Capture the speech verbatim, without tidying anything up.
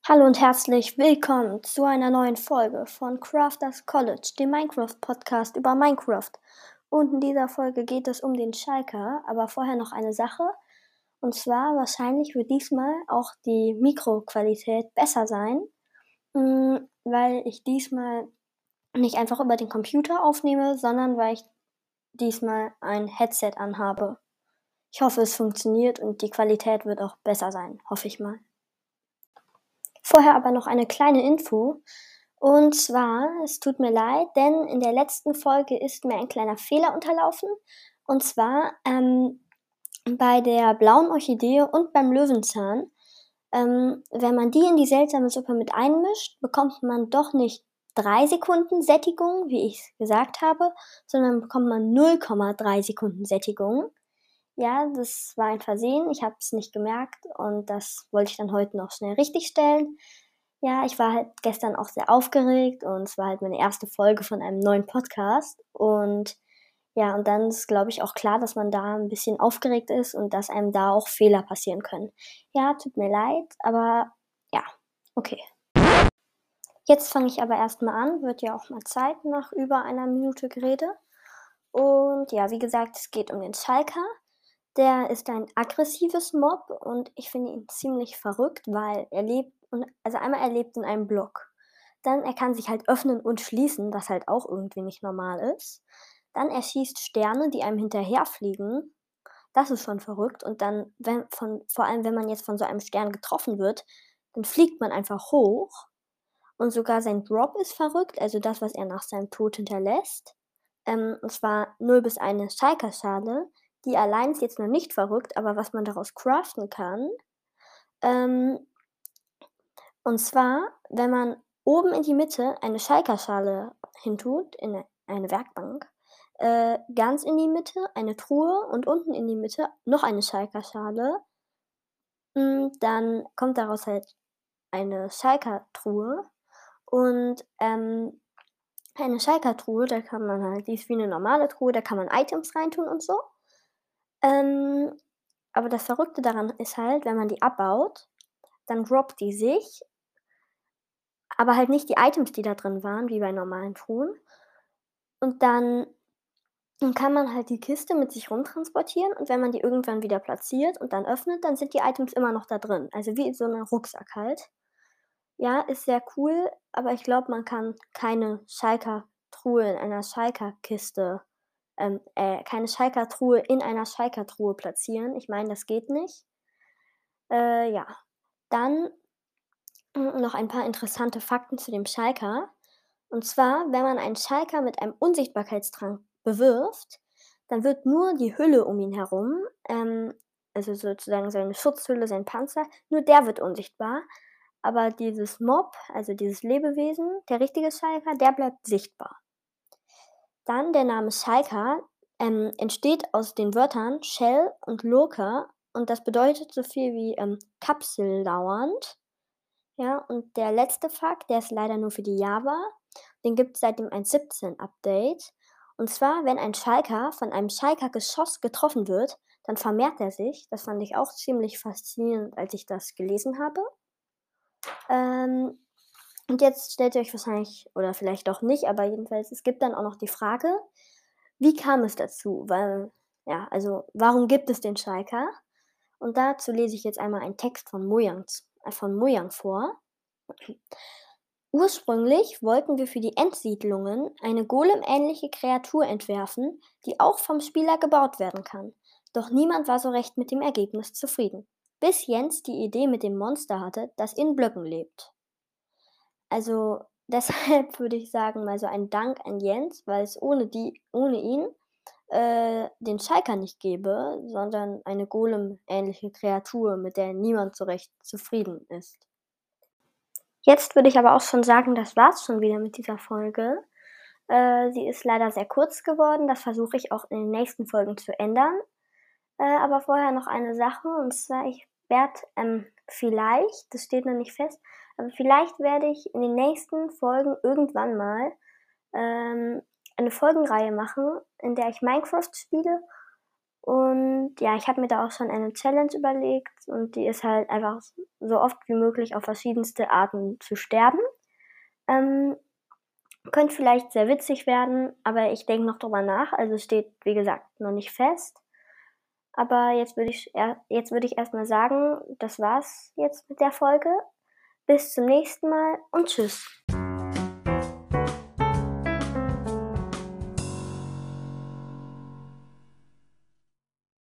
Hallo und herzlich willkommen zu einer neuen Folge von Crafters College, dem Minecraft-Podcast über Minecraft. Und in dieser Folge geht es um den Schalker, aber vorher noch eine Sache. Und zwar, wahrscheinlich wird diesmal auch die Mikroqualität besser sein, mh, weil ich diesmal nicht einfach über den Computer aufnehme, sondern weil ich diesmal ein Headset anhabe. Ich hoffe, es funktioniert und die Qualität wird auch besser sein, hoffe ich mal. Vorher aber noch eine kleine Info. Und zwar, es tut mir leid, denn in der letzten Folge ist mir ein kleiner Fehler unterlaufen. Und zwar ähm, bei der blauen Orchidee und beim Löwenzahn. Ähm, wenn man die in die seltsame Suppe mit einmischt, bekommt man doch nicht drei Sekunden Sättigung, wie ich es gesagt habe, sondern bekommt man null Komma drei Sekunden Sättigung. Ja, das war ein Versehen. Ich habe es nicht gemerkt und das wollte ich dann heute noch schnell richtigstellen. Ja, ich war halt gestern auch sehr aufgeregt und es war halt meine erste Folge von einem neuen Podcast. Und ja, und dann ist, glaube ich, auch klar, dass man da ein bisschen aufgeregt ist und dass einem da auch Fehler passieren können. Ja, tut mir leid, aber ja, okay. Jetzt fange ich aber erstmal an, wird ja auch mal Zeit nach über einer Minute geredet. Und ja, wie gesagt, es geht um den Schalker. Der ist ein aggressives Mob und ich finde ihn ziemlich verrückt, weil er lebt und also einmal er lebt in einem Block. Dann er kann sich halt öffnen und schließen, was halt auch irgendwie nicht normal ist. Dann er schießt Sterne, die einem hinterherfliegen. Das ist schon verrückt und dann, wenn von vor allem, wenn man jetzt von so einem Stern getroffen wird, dann fliegt man einfach hoch und sogar sein Drop ist verrückt, also das, was er nach seinem Tod hinterlässt. Ähm, und zwar null bis eine Schalker-Schale. Die allein ist jetzt noch nicht verrückt, aber was man daraus craften kann. Ähm, und zwar, wenn man oben in die Mitte eine Schalker-Schale hintut, in e eine Werkbank, äh, ganz in die Mitte eine Truhe und unten in die Mitte noch eine Schalker-Schale, hm, dann kommt daraus halt eine Schalker-Truhe und, ähm, eine Schalker-Truhe, da kann man halt die ist wie 'ne normale Truhe, da kann man Items reintun und so. Ähm, aber das Verrückte daran ist halt, wenn man die abbaut, dann droppt die sich, aber halt nicht die Items, die da drin waren, wie bei normalen Truhen. Und dann kann man halt die Kiste mit sich rumtransportieren und wenn man die irgendwann wieder platziert und dann öffnet, dann sind die Items immer noch da drin. Also wie in so 'nem Rucksack halt. Ja, ist sehr cool, aber ich glaube, man kann keine Schalker-Truhe in einer Schalker-Kiste ähm, äh, keine Schalker-Truhe in einer Schalker-Truhe platzieren. Ich meine, das geht nicht. Äh, ja. Dann, hm, noch ein paar interessante Fakten zu dem Schalker. Und zwar, wenn man einen Schalker mit einem Unsichtbarkeitstrank bewirft, dann wird nur die Hülle um ihn herum, ähm, also sozusagen seine Schutzhülle, sein Panzer, nur der wird unsichtbar. Aber dieses Mob, also dieses Lebewesen, der richtige Schalker, der bleibt sichtbar. Dann der Name Schalker, ähm, entsteht aus den Wörtern Shell und Lurker und das bedeutet so viel wie, ähm, kapseldauernd. Ja, und der letzte Fakt, der ist leider nur für die Java. Den gibt's seit dem eins Punkt siebzehn Update. Und zwar, wenn ein Schalker von einem Schalker-Geschoss getroffen wird, dann vermehrt er sich. Das fand ich auch ziemlich faszinierend, als ich das gelesen habe. Ähm, und jetzt stellt ihr euch wahrscheinlich oder vielleicht auch nicht, aber jedenfalls, es gibt dann auch noch die Frage: Wie kam es dazu? Weil ja, also, warum gibt es den Schalker? Und dazu lese ich jetzt einmal einen Text von Mojang z äh, von Mojang vor. Ursprünglich wollten wir für die Endsiedlungen eine Golem-ähnliche Kreatur entwerfen, die auch vom Spieler gebaut werden kann. Doch niemand war so recht mit dem Ergebnis zufrieden. Bis Jens die Idee mit dem Monster hatte, das in Blöcken lebt. Also, deshalb würde ich sagen, mal so ein Dank an Jens, weil es ohne die ohne ihn, äh, den Schalker nicht gäbe, sondern eine Golem-ähnliche Kreatur, mit der niemand so recht zufrieden ist. Jetzt würde ich aber auch schon sagen, das war's schon wieder mit dieser Folge. Äh, sie ist leider sehr kurz geworden, das versuche ich auch in den nächsten Folgen zu ändern. Äh, aber vorher noch eine Sache, und zwar, ich werde, ähm, vielleicht, das steht noch nicht fest, aber vielleicht werde ich in den nächsten Folgen irgendwann mal, ähm, eine Folgenreihe machen, in der ich Minecraft spiele Und ja, ich habe mir da auch schon eine Challenge überlegt und die ist halt einfach so oft wie möglich auf verschiedenste Arten zu sterben. Ähm, könnte vielleicht sehr witzig werden, aber ich denke noch drüber nach. Also es steht, wie gesagt, noch nicht fest. Aber jetzt würde ich, er- jetzt würde ich erstmal sagen, das war's jetzt mit der Folge. Bis zum nächsten Mal und tschüss.